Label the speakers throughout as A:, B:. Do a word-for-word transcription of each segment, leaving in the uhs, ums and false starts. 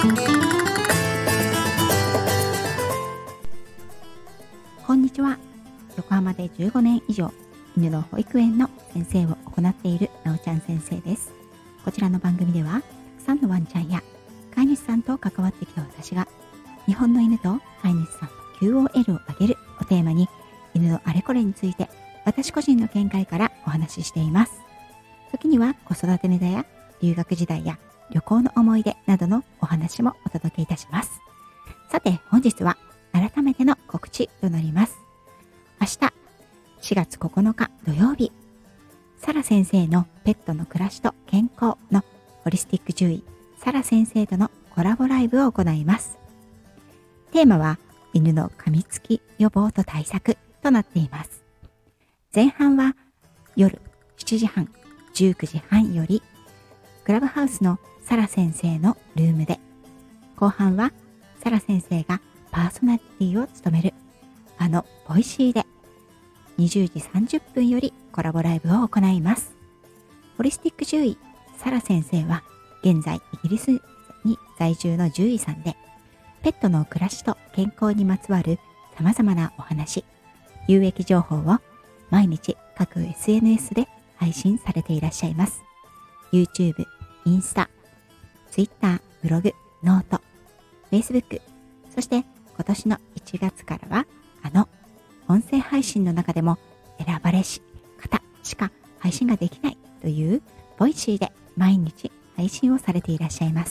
A: こんにちは。横浜でじゅうごねん以上犬の保育園の先生を行っているなおちゃん先生です。こちらの番組ではたくさんのワンちゃんや飼い主さんと関わってきた私が日本の犬と飼い主さんの キューオーエル を上げるをテーマに犬のあれこれについて私個人の見解からお話ししています。時には子育てネタや留学時代や旅行の思い出などのお話もお届けいたします。さて本日は改めての告知となります。明日しがつここのか土曜日、サラ先生のペットの暮らしと健康のホリスティック獣医サラ先生とのコラボライブを行います。テーマは犬の噛みつき予防と対策となっています。前半は夜しちじはん、じゅうくじはんよりクラブハウスのサラ先生のルームで、後半はサラ先生がパーソナリティを務めるあのボイシーでにじゅうじさんじゅっぷんよりコラボライブを行います。ホリスティック獣医サラ先生は現在イギリスに在住の獣医さんで、ペットの暮らしと健康にまつわる様々なお話、有益情報を毎日各 エスエヌエス で配信されていらっしゃいます。YouTube、インスタ、Twitter、ブログ、ノート、Facebook、そして今年のいちがつからはあの音声配信の中でも選ばれし方しか配信ができないというボイシーで毎日配信をされていらっしゃいます。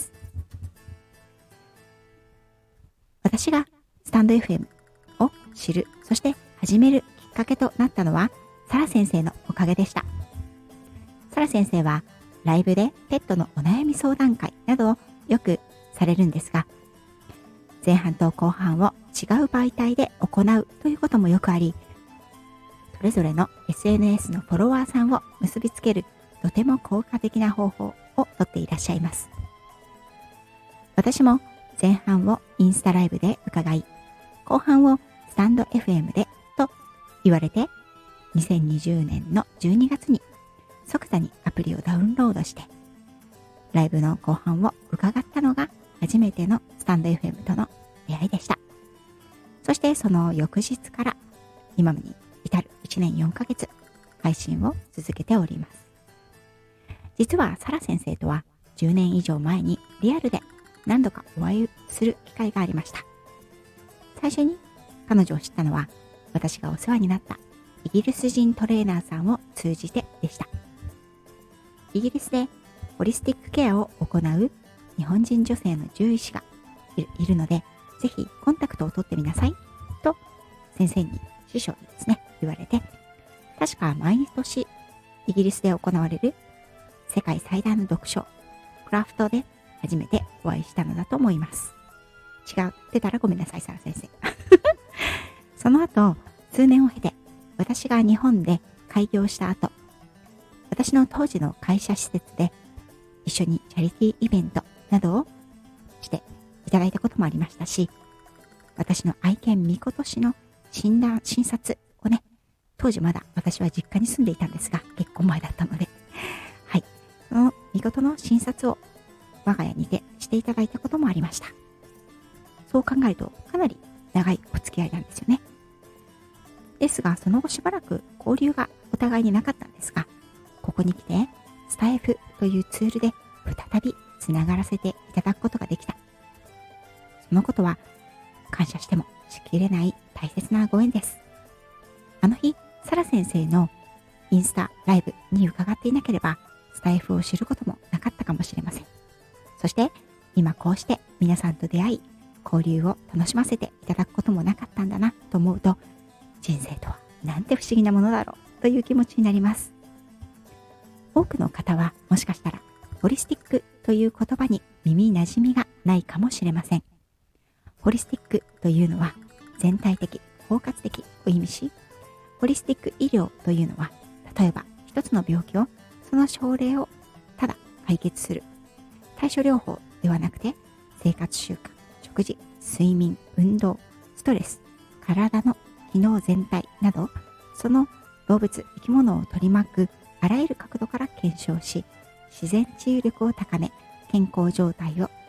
A: 私がスタンド エフエム を知る、そして始めるきっかけとなったのはサラ先生のおかげでした。サラ先生はライブでペットのお悩み相談会などをよくされるんですが、前半と後半を違う媒体で行うということもよくあり、それぞれの エスエヌエス のフォロワーさんを結びつけるとても効果的な方法をとっていらっしゃいます。私も前半をインスタライブで伺い、後半をスタンド エフエム でと言われて、にせんにじゅうねんのじゅうにがつに即座にアプリをダウンロードして、ライブの後半を伺ったのが初めてのスタンド エフエム との出会いでした。そしてその翌日から今に至るいちねんよんかげつ配信を続けております。実はサラ先生とはじゅうねん以上前にリアルで何度かお会いする機会がありました。最初に彼女を知ったのは私がお世話になったイギリス人トレーナーさんを通じてでした。イギリスでホリスティックケアを行う日本人女性の獣医師がいるので、ぜひコンタクトを取ってみなさいと先生に、師匠にですね言われて、確か毎年イギリスで行われる世界最大の読書クラフトで初めてお会いしたのだと思います。違ってたらごめんなさい、サラ先生。その後数年を経て、私が日本で開業した後、私の当時の会社施設で一緒にチャリティーイベントなどをしていただいたこともありましたし、私の愛犬ミコト氏の診断診察をね、当時まだ私は実家に住んでいたんですが、結婚前だったので、はい、そのミコトの診察を我が家にてしていただいたこともありました。そう考えるとかなり長いお付き合いなんですよね。ですがその後しばらく交流がお互いになかったんですが、ここに来てスタイフというツールで再びつながらせていただくことができた。そのことは感謝してもしきれない大切なご縁です。あの日サラ先生のインスタライブに伺っていなければスタイフを知ることもなかったかもしれません。そして今こうして皆さんと出会い、交流を楽しませていただくこともなかったんだなと思うと、人生とはなんて不思議なものだろうという気持ちになります。多くの方はもしかしたらホリスティックという言葉に耳馴染みがないかもしれません。ホリスティックというのは全体的、包括的を意味し、ホリスティック医療というのは、例えば一つの病気をその症例をただ解決する対処療法ではなくて、生活習慣、食事、睡眠、運動、ストレス、体の機能全体など、その動物、生き物を取り巻くあらゆる角度から検証し、自然治癒力を高め、健康状態を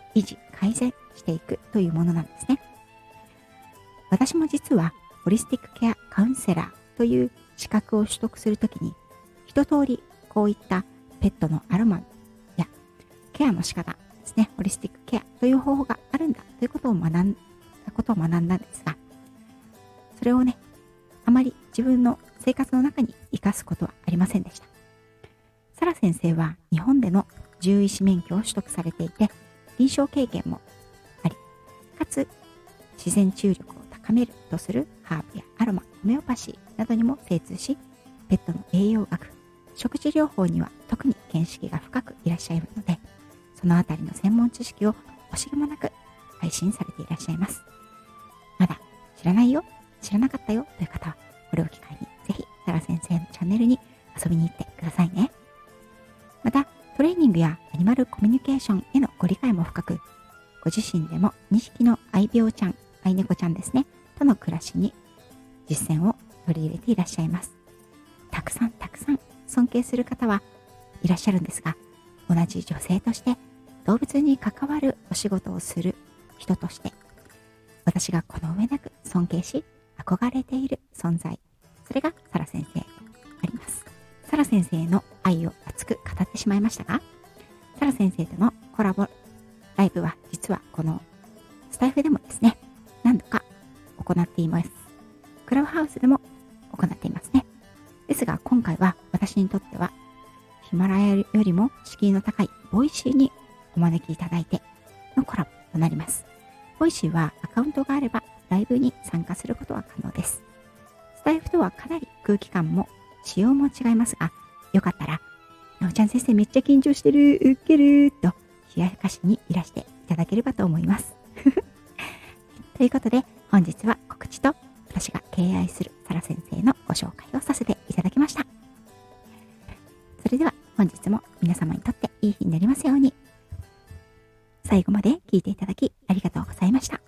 A: 維持、改善していくというものなんですね。私も実はホリスティックケアカウンセラーという資格を取得するときに、一通りこういったペットのアロマやケアの仕方ですね、ホリスティックケアという方法があるんだということを学んだことを学んだんですが、それをね、あまり自分の生活の中に生かすことはありませんでした。サラ先生は日本での獣医師免許を取得されていて、臨床経験もあり、かつ自然治癒力を高めるとするハーブやアロマ、ホメオパシーなどにも精通し、ペットの栄養学、食事療法には特に見識が深くいらっしゃるので、そのあたりの専門知識を惜しげもなく配信されていらっしゃいます。まだ知らないよ、知らなかったよという方は、これを機会にぜひサラ先生のチャンネルに遊びに行ってくださいね。また、トレーニングやアニマルコミュニケーションへのご理解も深く、ご自身でもにひきの愛病ちゃん、愛猫ちゃんですね、との暮らしに実践を取り入れていらっしゃいます。たくさんたくさん尊敬する方はいらっしゃるんですが、同じ女性として動物に関わるお仕事をする人として、私がこの上なく尊敬し憧れている存在、それがサラ先生あります。サラ先生の愛を熱く語ってしまいましたが、サラ先生とのコラボライブは実はこのスタイフでもですね、何度か行っています。クラブハウスでも行っていますね。ですが今回は私にとってはヒマラヤよりも敷居の高いボイシーにお招きいただいてのコラボとなります。ボイシーはアカウントがあればライブに参加することは可能です。スタイフとはかなり空気感も仕様も違いますが、よかったら、なおちゃん先生めっちゃ緊張してる、ウケると冷やかしにいらしていただければと思います。ということで本日は告知と私が敬愛するサラ先生のご紹介をさせていただきました。それでは本日も皆様にとっていい日になりますように。最後まで聞いていただきありがとうございました。